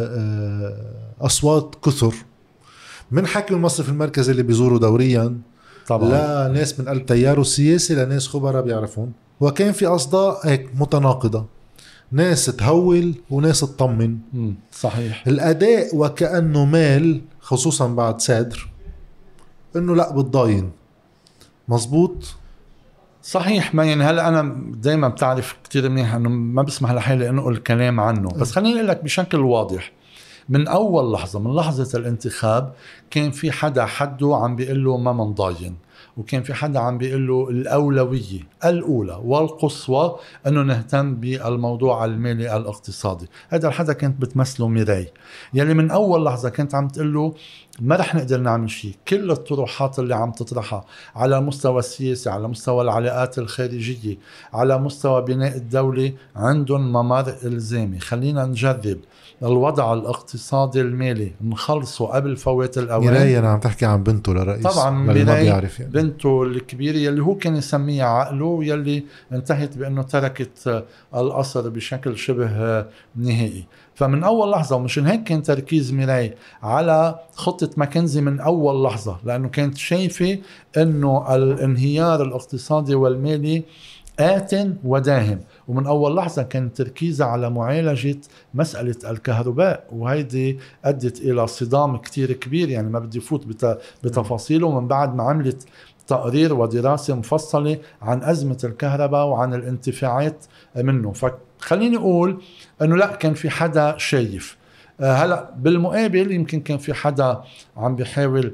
اصوات كثر من حكي المصرف المركزي اللي بيزوروا دوريا طبعا، لا ناس من قلب تياره السياسي لناس خبراء بيعرفون، وكان في اصداء هيك متناقضه، ناس تهول وناس تطمن. صحيح. الاداء وكانه مال، خصوصا بعد سادر، انه لا بتضاين. مزبوط. صحيح. ما يعني هلا انا دائما بتعرف كتير منيح انه ما بسمح لحالي انه الكلام عنه، بس خليني اقول لك بشكل واضح، من اول لحظه، من لحظه الانتخاب، كان في حدا حده عم بيقول له ما منضاين، وكان في حدا عم بيقول له الأولوية الأولى والقصوى أنه نهتم بالموضوع المالي الاقتصادي. هذا الحدا كانت بتمثله ميراي، يلي من أول لحظة كانت عم تقول له ما رح نقدر نعمل شيء. كل الطروحات اللي عم تطرحها على مستوى السياسي، على مستوى العلاقات الخارجية، على مستوى بناء الدولة، عندهم ممر إلزامي. خلينا نجرب الوضع الاقتصادي المالي نخلصه قبل فوات الأوان. ميراي أنا عم تحكي عن بنته لرئيس، طبعا ما بيعرف بنته الكبيرة يلي هو كان يسميها عقله، يلي انتهت بأنه تركت القصر بشكل شبه نهائي. فمن أول لحظة، ومشان هيك كان تركيز ميراي على خطة ماكنزي من أول لحظة، لأنه كانت شايفة أنه الانهيار الاقتصادي والمالي آت وداهم، ومن أول لحظة كان تركيزها على معالجة مسألة الكهرباء، وهيدي أدت إلى صدام كتير كبير. يعني ما بدي فوت بتفاصيله، من بعد ما عملت تقرير ودراسة مفصلة عن أزمة الكهرباء وعن الانتفاعات منه. فخليني أقول أنه لا، كان في حدا شايف. هلأ بالمقابل يمكن كان في حدا عم بيحاول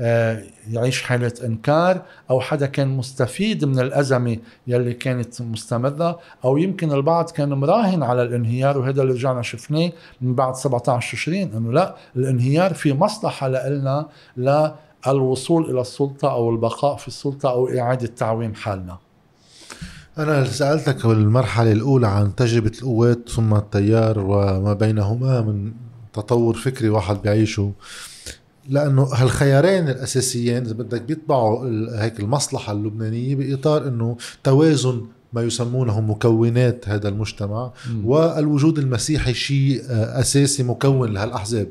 يعيش حالة إنكار، أو حدا كان مستفيد من الأزمة يلي كانت مستمرة، أو يمكن البعض كان مراهن على الانهيار. وهذا اللي رجعنا شفناه من بعد 17 تشرين، أنه لا، الانهيار في مصلحة لنا للوصول إلى السلطة أو البقاء في السلطة أو إعادة تعويم حالنا. أنا سألتك بالمرحلة الأولى عن تجربة القوات ثم التيار وما بينهما من تطور فكري واحد بيعيشه، لأنه هالخيارين الأساسيين إذا بدك بيطبعوا هيك المصلحة اللبنانية بإطار أنه توازن ما يسمونه مكونات هذا المجتمع، والوجود المسيحي شيء أساسي مكون لهالأحزاب.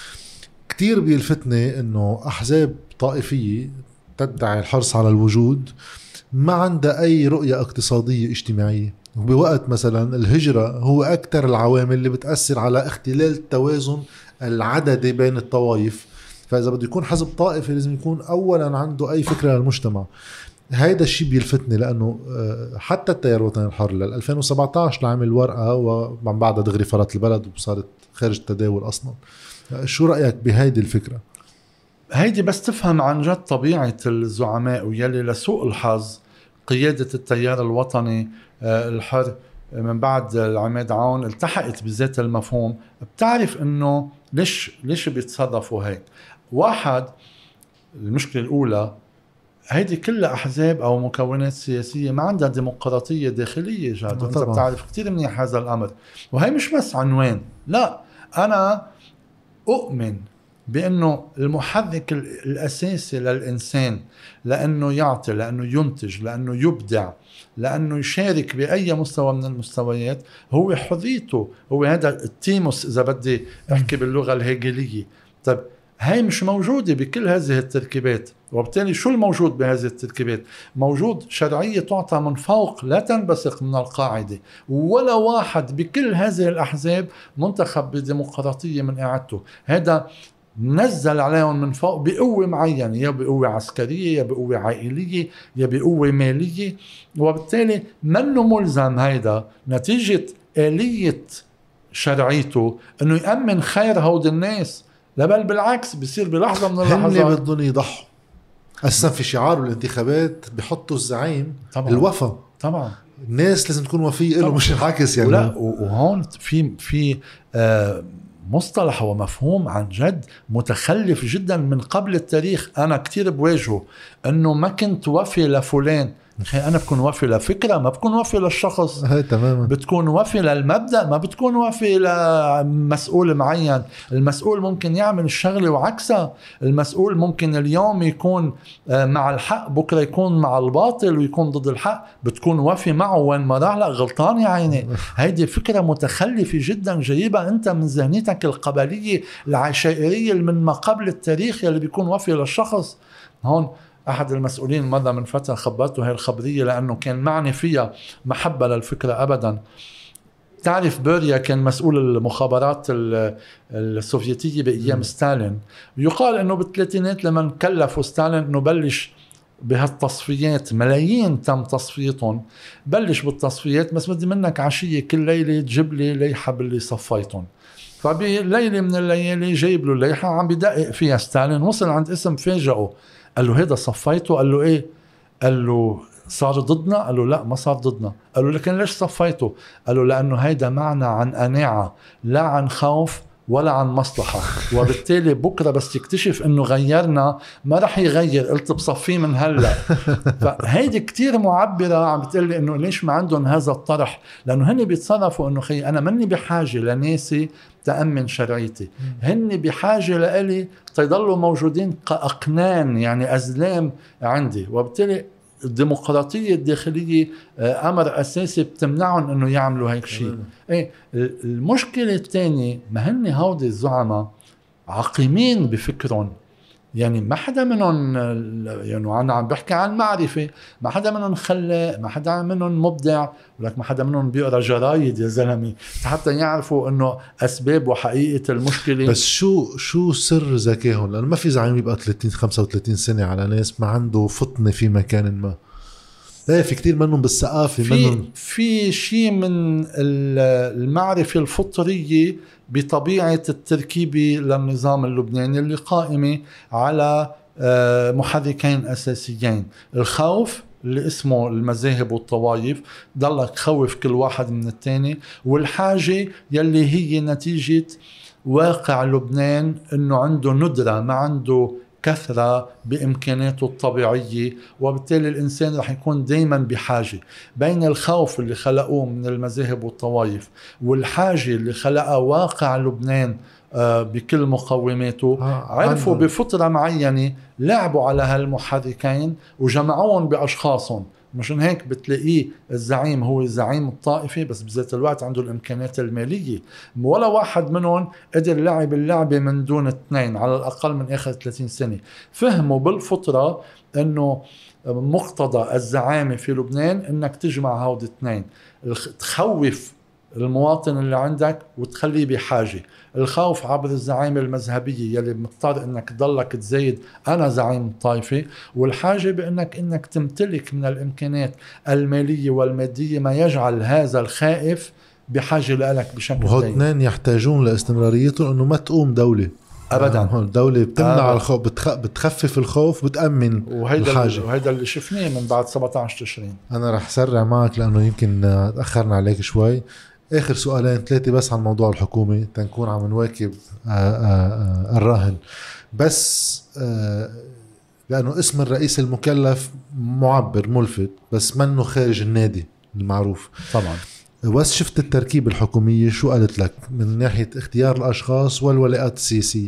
كتير بيلفتني أنه أحزاب طائفية تدعي الحرص على الوجود ما عندها أي رؤية اقتصادية اجتماعية، وبوقت مثلا الهجرة هو أكثر العوامل اللي بتأثر على اختلال التوازن العددي بين الطوائف. فإذا بده يكون حزب طائفي لازم يكون أولا عنده أي فكرة للمجتمع. هيدا الشيء بيلفتني، لأنه حتى التيار الوطني الحر 2017 لعمل ورقة ومن بعدها دغري فرط البلد وصارت خارج التداول أصلا. شو رأيك بهيدي الفكرة؟ هيدي بس تفهم عن جد طبيعة الزعماء، ويلي لسوء الحظ قيادة التيار الوطني الحر من بعد العماد عون التحقت بذات المفهوم. بتعرف انه ليش بيتصرفوا هيك؟ واحد، المشكلة الأولى، هيدي كلها أحزاب أو مكونات سياسية ما عندها ديمقراطية داخلية جاد، وانت بتعرف كتير منيح هذا الأمر. وهي مش بس عنوان، لا، أنا أؤمن بأنه المحرك الأساسي للإنسان لأنه يعطي، لأنه ينتج، لأنه يبدع، لأنه يشارك بأي مستوى من المستويات هو حريته، هو هذا التيموس إذا بدي أحكي باللغة الهيجلية. طيب هاي مش موجودة بكل هذه التركيبات، وبالتالي شو الموجود بهذه التركيبات؟ موجود شرعية تعطى من فوق لا تنبثق من القاعدة، ولا واحد بكل هذه الأحزاب منتخب بديمقراطية من إعادته. هذا نزل عليهم من فوق بقوة معينة، يا بقوة عسكرية، يا بقوة عائلية، يا بقوة مالية. وبالتالي منه ملزم هيدا نتيجة آلية شرعيته انه يأمن خير هود الناس، لا بل بالعكس بيصير بلحظة من اللحظات هن بدهم يضحوا. أساسا في شعار الانتخابات بيحطوا الزعيم طبعا. الوفا طبعا الناس لازم تكون وفية له، مش العكس يعني. ولا وهون في مصطلح ومفهوم عن جد متخلف جدا من قبل التاريخ. أنا كتير بواجهه أنه ما كنت وفي لفلان. أنا بكون وفي لفكرة، ما بكون وفي للشخص. تماما. بتكون وفي للمبدأ، ما بتكون وفي لمسؤول معين. المسؤول ممكن يعمل الشغلة وعكسها. المسؤول ممكن اليوم يكون مع الحق، بكرة يكون مع الباطل ويكون ضد الحق. بتكون وفي معه وين ما راح لك غلطان يا عيني. هيدي فكرة متخلفة جدا، جايبها أنت من ذهنيتك القبلية العشائرية من ما قبل التاريخ يلي بيكون وفي للشخص. هون أحد المسؤولين مرة من فترة خبرته هاي الخبرية لأنه كان معني فيها محبة للفكرة أبدا. تعرف بوريا كان مسؤول المخابرات السوفيتية بأيام ستالين. يقال أنه بالثلاثينات لما كلفوا ستالين أنه بلش بهالتصفيات، ملايين تم تصفيتهم، بلش بالتصفيات بس بدي منك عشية كل ليلة تجيب لي ليحة باللي صفيتهم. فبليلة من الليالي جايب له الليحة عم بدقق فيها ستالين، وصل عند اسم فاجئه، قال له هيدا صفيته؟ قال له ايه؟ قال له صار ضدنا؟ قال له لا ما صار ضدنا. قال له لكن ليش صفيته؟ قال له لأنه هيدا معنى عن قناعة لا عن خوف ولا عن مصلحة. وبالتالي بكرة بس يكتشف انه غيرنا ما رح يغير، قلت بصفيه من هلا. فهيدي كتير معبرة عم بتقلي انه ليش ما عندهم هذا الطرح، لانه هن بيتصرفوا انه خي انا مني بحاجة لناسي تأمن شرعيتي، هن بحاجة لإلي تيضلوا موجودين كأقنان يعني أزلام عندي. وبالتالي الديمقراطية الداخلية أمر أساسي بتمنعهم أنه يعملوا هيك شيء. إيه المشكلة الثانية، ما هن هودي الزعماء عقيمين بفكرهم، يعني ما حدا منهم، يعني أنا عم بحكي عن معرفة، ما حدا منهم خلاق، ما حدا منهم مبدع، ولك ما حدا منهم بيقرأ جرايد يا زلمي حتى يعرفوا انه اسباب وحقيقة المشكلة. بس شو سر ذكائهم؟ لانه ما في زعيم يبقى 35 سنة على ناس ما عنده فطنة في مكان ما. لا، في كتير منهم بالثقافة، منهم في شيء من المعرفة الفطرية بطبيعة التركيبة للنظام اللبناني اللي قائمة على محركين أساسيين: الخوف اللي اسمه المذاهب والطوائف، ضلك خوف كل واحد من الثاني، والحاجة يلي هي نتيجة واقع لبنان انه عنده ندرة، ما عنده كثرة بإمكاناته الطبيعية، وبالتالي الإنسان رح يكون دايما بحاجة. بين الخوف اللي خلقوه من المذاهب والطوائف والحاجة اللي خلقها واقع لبنان بكل مقوماته، عرفوا بفترة معينة لعبوا على هالمحركين وجمعوهم بأشخاصهم. مشان هيك بتلاقيه الزعيم هو الزعيم الطائفي، بس بذات الوقت عنده الإمكانات المالية. ولا واحد منهم قدر لعب اللعبة من دون اثنين على الأقل من آخر 30 سنة. فهموا بالفطرة أنه مقتضى الزعامة في لبنان أنك تجمع هود اثنين، تخوف المواطن اللي عندك وتخليه بحاجة. الخوف عبر الزعامة المذهبية يلي مضطر انك تضلك تزايد انا زعيم طائفي، والحاجة بانك تمتلك من الامكانات المالية والمادية ما يجعل هذا الخائف بحاجة لك بشكل وهو اثنين يحتاجون لاستمراريتهم انه ما تقوم دولة ابدا. الدولة بتمنع الخوف، بتخفف الخوف، بتأمن الحاجة. وهيدا اللي شفناه من بعد 17 تشرين. انا رح سرع معك لانه يمكن تأخرنا عليك شوي. اخر سؤالين ثلاثة بس عن موضوع الحكومة تنكون عم نواكب الراهن. بس لانه اسم الرئيس المكلف معبر ملفت، بس منه خارج النادي المعروف طبعا. بس شفت التركيبة الحكومية شو قالت لك من ناحية اختيار الاشخاص والولاءات السياسية؟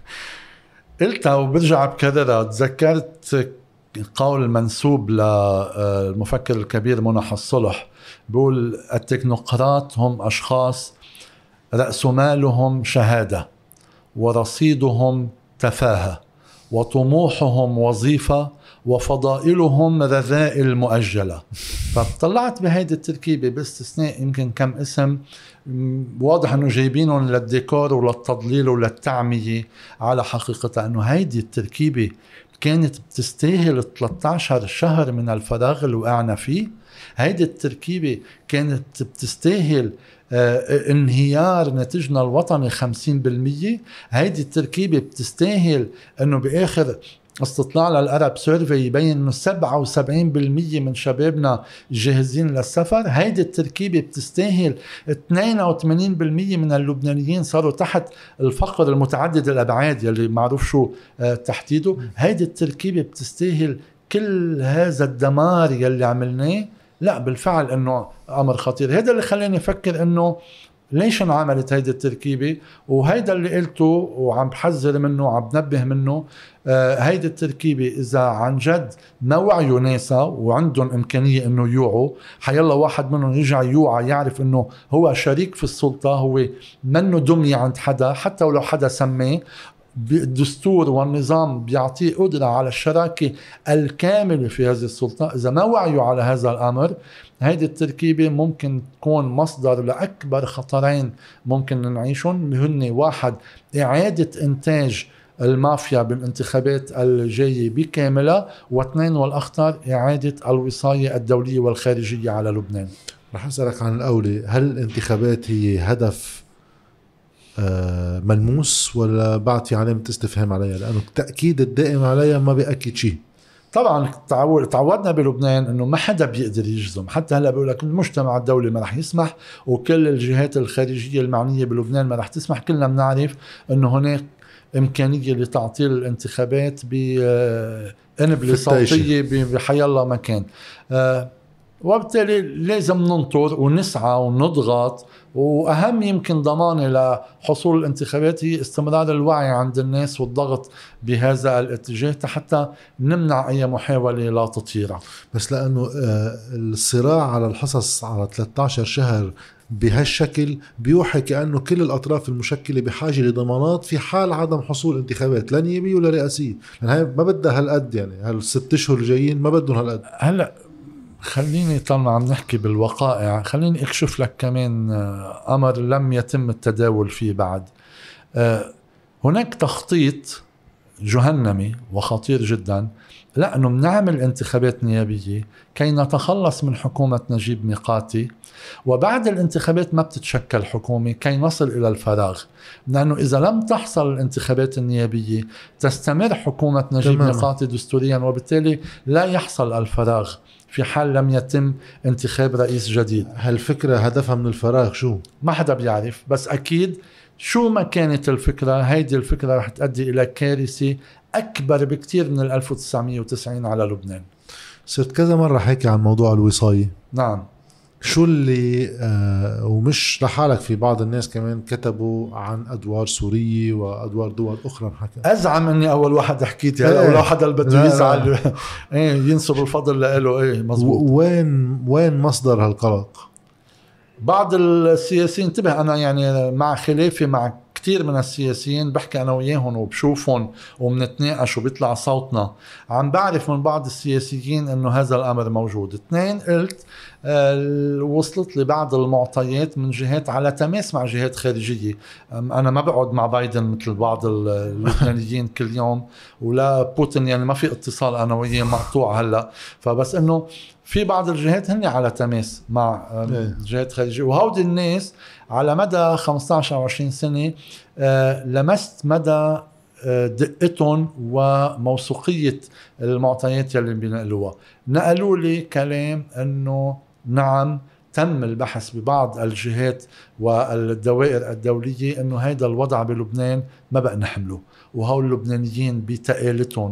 قلتها وبرجع بكررها. تذكرت قول منسوب للمفكر الكبير منح الصلح، بقول التكنوقراط هم أشخاص رأس مالهم شهادة، ورصيدهم تفاهة، وطموحهم وظيفة، وفضائلهم رذائل مؤجلة. فطلعت بهيدي التركيبة باستثناء يمكن كم اسم واضح انه جايبينهم للديكور وللتضليل وللتعمية. على حقيقة انه هيدي التركيبة كانت بتستاهل 13 شهر من الفراغ اللي وقعنا فيه. هيدي التركيبة كانت بتستاهل انهيار ناتجنا الوطني 50%. هيدي التركيبة بتستاهل انه باخر استطلاع للأرب سيرفي يبين انه 77% من شبابنا جاهزين للسفر. هيدي التركيبة بتستاهل 82% من اللبنانيين صاروا تحت الفقر المتعدد الأبعاد يلي معروف شو تحديده. هيدي التركيبة بتستاهل كل هذا الدمار يلي عملناه. لا بالفعل انه امر خطير. هذا اللي خلاني افكر انه ليش انعملت هيدي التركيبة، وهيدا اللي قلته وعم بحذر منه وعم بنبه منه. هيدي التركيبة إذا عن جد ما وعيوا ناسا وعندهم إمكانية إنه يوعوا، حيالله واحد منهم يرجع يوعى يعرف إنه هو شريك في السلطة، هو منه دمية عند حدا حتى ولو حدا سماه. الدستور والنظام بيعطيه قدرة على الشراكة الكاملة في هذه السلطة. إذا ما وعيوا على هذا الأمر، هيدي التركيبة ممكن تكون مصدر لأكبر خطرين ممكن نعيشهم. هن واحد إعادة إنتاج المافيا بالانتخابات الجاية بكاملة، واثنين والأخطر إعادة الوصاية الدولية والخارجية على لبنان. رح أسألك عن الأولى، هل الانتخابات هي هدف ملموس ولا بعد في علامة استفهام عليها؟ لأنه التأكيد الدائم عليها ما بيأكد شيء. طبعا تعودنا بلبنان انه ما حدا بيقدر يجزم، حتى هلا بيقول لك المجتمع الدولي ما رح يسمح وكل الجهات الخارجيه المعنيه بلبنان ما رح تسمح. كلنا بنعرف انه هناك امكانيه لتعطيل الانتخابات بانبله صوتيه بحي الله مكان، وبالتالي لازم ننطر ونسعى ونضغط. وأهم يمكن ضمانة لحصول الانتخابات هي استمرار الوعي عند الناس والضغط بهذا الاتجاه حتى نمنع أي محاولة لا تطهيرها. بس لأنه الصراع على الحصص على 13 شهر بهالشكل بيوحي كأنه كل الأطراف المشكلة بحاجة لضمانات في حال عدم حصول انتخابات لا نيابية ولا رئاسية، لأن هاي ما بدها هالقد، يعني هال6 أشهر الجايين ما بدهم هالقد. هلأ خليني طالما عم نحكي بالوقائع، خليني اكشف لك كمان امر لم يتم التداول فيه بعد. هناك تخطيط جهنمي وخطير جدا لأنه بنعمل انتخابات نيابية كي نتخلص من حكومة نجيب ميقاتي، وبعد الانتخابات ما بتتشكل حكومة كي نصل إلى الفراغ. لأنه إذا لم تحصل الانتخابات النيابية تستمر حكومة نجيب ميقاتي دستوريا، وبالتالي لا يحصل الفراغ في حال لم يتم انتخاب رئيس جديد. هالفكرة هدفها من الفراغ شو؟ ما حدا بيعرف، بس أكيد شو ما كانت الفكرة، هيدي الفكرة رح تؤدي إلى كارثة أكبر بكتير من 1990 على لبنان. صرت كذا مرة حكي عن موضوع الوصاية. نعم. شو اللي ومش لحالك، في بعض الناس كمان كتبوا عن أدوار سورية وأدوار دول أخرى حكى. أزعم أني أول واحد حكيت هلا، ولو حدا اللي بده يزعل ينسب الفضل لإله. مزبوط. وين مصدر هالقلق؟ بعض السياسيين، انتبه أنا يعني مع خلافي مع كتير من السياسيين بحكي أنا وياهم وبشوفهم وبنتناقش وبيطلع صوتنا، عم بعرف من بعض السياسيين أنه هذا الأمر موجود. 2 قلت وصلت لي بعض المعطيات من جهات على تماس مع جهات خارجية. أنا ما بقعد مع بايدن مثل بعض اللبنانيين كل يوم، ولا بوتين يعني ما في اتصال أنا وياه مقطوع هلأ، فبس أنه في بعض الجهات هن على تماس مع جهات خارجية. وهودي الناس على مدى 15 أو 20 سنة لمست مدى دقتهم وموثوقية المعطيات يلي بينقلوها. نقلوا لي كلام أنه نعم تم البحث ببعض الجهات والدوائر الدولية أنه هيدا الوضع بلبنان ما بقى نحمله، وهول اللبنانيين بتقالتهم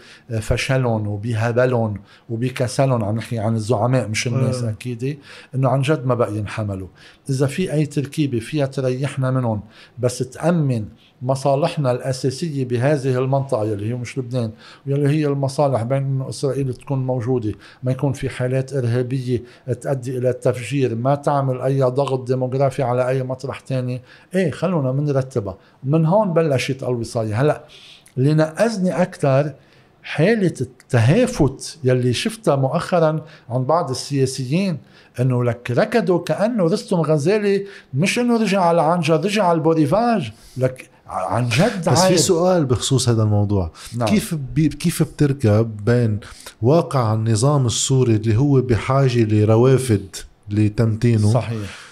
وبفشلهم وبهبلهم وبكسلهم، عم نحكي عن الزعماء مش الناس أكيد، أنه عن جد ما بقى ينحملوا. إذا في أي تركيبة فيها تريحنا منهم بس تأمن مصالحنا الأساسية بهذه المنطقة يلي هي مش لبنان، ويلي هي المصالح بين إنه إسرائيل تكون موجودة، ما يكون في حالات إرهابية تؤدي إلى التفجير، ما تعمل أي ضغط ديموغرافي على أي مطرح تاني، خلونا منرتبها. من هون بلشت الوصاية. هلأ اللي نقزني أكتر حالة التهافت يلي شفتها مؤخرا عن بعض السياسيين، انه لك ركضوا كأنه رستم غزالي، مش انه رجع على عنجر، رجع على البوريفاج. لك عن جد بس في سؤال بخصوص هذا الموضوع. نعم. كيف بتركب بين واقع النظام السوري اللي هو بحاجة لروافد لتمتينه، صحيح،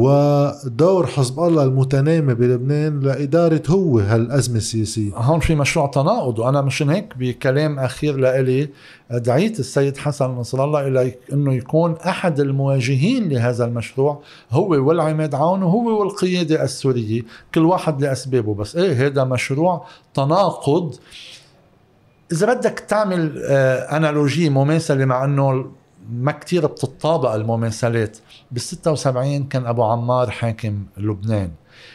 ودور حزب الله المتنامي بلبنان لإدارة هو هالأزمة السياسية؟ هون في مشروع تناقض. وأنا مشان هيك بكلام أخير لإلي دعيت السيد حسن نصر الله إلى أنه يكون أحد المواجهين لهذا المشروع هو والعماد عون وهو والقيادة السورية، كل واحد لأسبابه. بس هذا مشروع تناقض. إذا بدك تعمل أنالوجية مماثلة، مع أنه ما كتير بتطابق المماثلات، بال76 كان أبو عمار حاكم لبنان،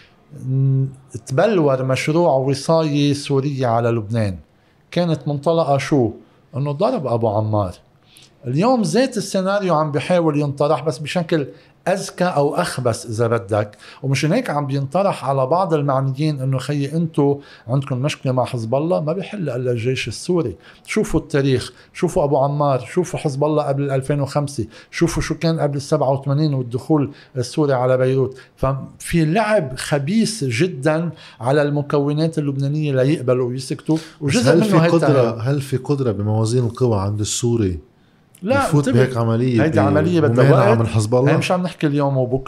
تبلور مشروع وصاية سورية على لبنان، كانت منطلقة شو؟ أنه ضرب أبو عمار. اليوم ذات السيناريو عم بيحاول ينطرح بس بشكل أذكى أو أخبث إذا بدك، ومشان هيك عم بينطرح على بعض المعنيين أنه خيي أنتوا عندكم مشكلة مع حزب الله، ما بيحل إلا الجيش السوري. شوفوا التاريخ، شوفوا أبو عمار، شوفوا حزب الله قبل 2005، شوفوا شو كان قبل 87 والدخول السوري على بيروت. ففي لعب خبيث جدا على المكونات اللبنانية لا يقبلوا ويسكتوا. وجزء منه هل في قدرة بموازين القوى عند السوري لا يفوت بهيك عملية؟ هيدي عملية بدها وقت من حزب الله. مش عم نحكي اليوم وبكرة،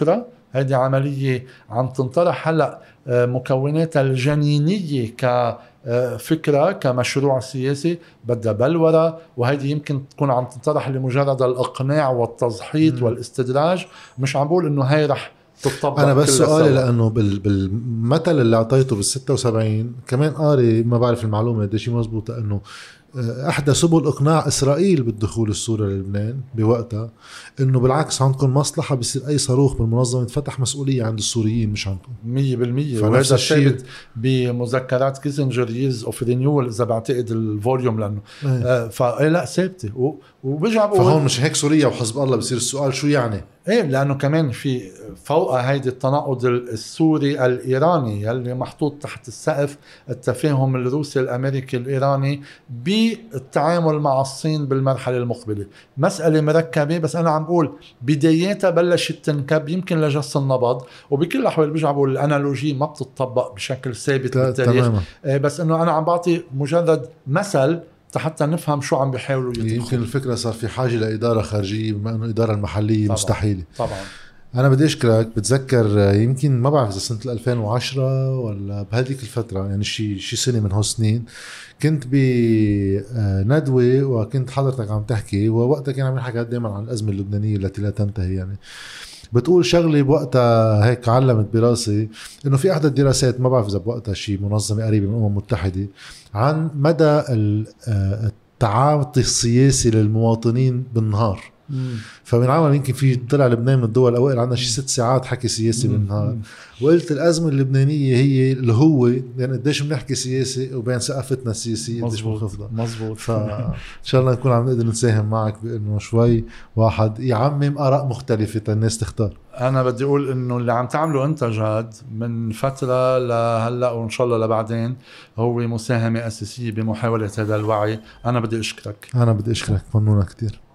هذه عملية عم تنطرح هلأ مكوناتها الجنينية كفكرة كمشروع سياسي بدها بلورة، وهيدي يمكن تكون عم تنطرح لمجرد الإقناع والتضحيط والاستدراج. مش عم بقول إنه هاي رح تطبق. أنا بس سؤالي لأنه بالمثل اللي أعطيته بال76 كمان قاري، ما بعرف المعلومة قد شيء مزبوطة، إنه احدى سبل اقناع اسرائيل بالدخول السوري للبنان بوقتها انه بالعكس عندكم مصلحه، بصير اي صاروخ بالمنظمه يتفتح مسؤوليه عند السوريين مش عندكم 100%. وهذا الشيء بمذكرات كيسنجر ييرز اوف رينيول اذا بعتقد الفوليوم، لانه فلا ثابته وبرجع فهون مش هيك سوريا وحزب الله بصير السؤال شو يعني؟ ايه، لانه كمان في فوق هيدي التناقض السوري الايراني يلي محطوط تحت السقف التفاهم الروسي الامريكي الايراني بالتعامل مع الصين بالمرحله المقبله. مساله مركبه، بس انا عم بقول بداياتها بلشت تنكب يمكن لجس النبض، وبكل الاحوال برجع بقول الانالوجي ما بتطبق بشكل ثابت بالتاريخ. بس انه انا عم بعطي مجرد مثل حتى نفهم شو عم بيحاولوا يطبقوا. يمكن الفكرة صار في حاجة لإدارة خارجية بما أنه الإدارة المحلية طبعًا مستحيلة. طبعا أنا بدي أشكرك. بتذكر يمكن ما بعرف إذا سنة 2010 ولا بهذيك الفترة، يعني شي سنة من هالسنين، كنت بندوة وكنت حضرتك عم تحكي، ووقتها كان عم يحكي دائما عن الأزمة اللبنانية التي لا تنتهي. يعني بتقول شغلة بوقتها هيك علمت براسي، إنه في أحدى الدراسات، ما بعرف إذا بوقتها شي منظمة قريبة من الأمم المتحدة، عن مدى التعاطي السياسي للمواطنين بالنهار. فمن عمل يمكن في طلع لبنان من الدول الأوائل عندنا شي 6 ساعات حكي سياسي بالنهار. وقلت الأزمة اللبنانية هي اللي هو يعني قديش بنحكي سياسي وبين ثقافتنا السياسية قديش منخفضة. مزبوط. فإن شاء الله نكون عم نقدر نساهم معك بأنه شوي واحد يعمم آراء مختلفة الناس تختار. أنا بدي أقول إنه اللي عم تعمله أنت جاد من فترة لهلأ وإن شاء الله لبعدين هو مساهمة أساسية بمحاولة هذا الوعي. أنا بدي أشكرك. أنا بدي أشكرك، ممنونة كتير.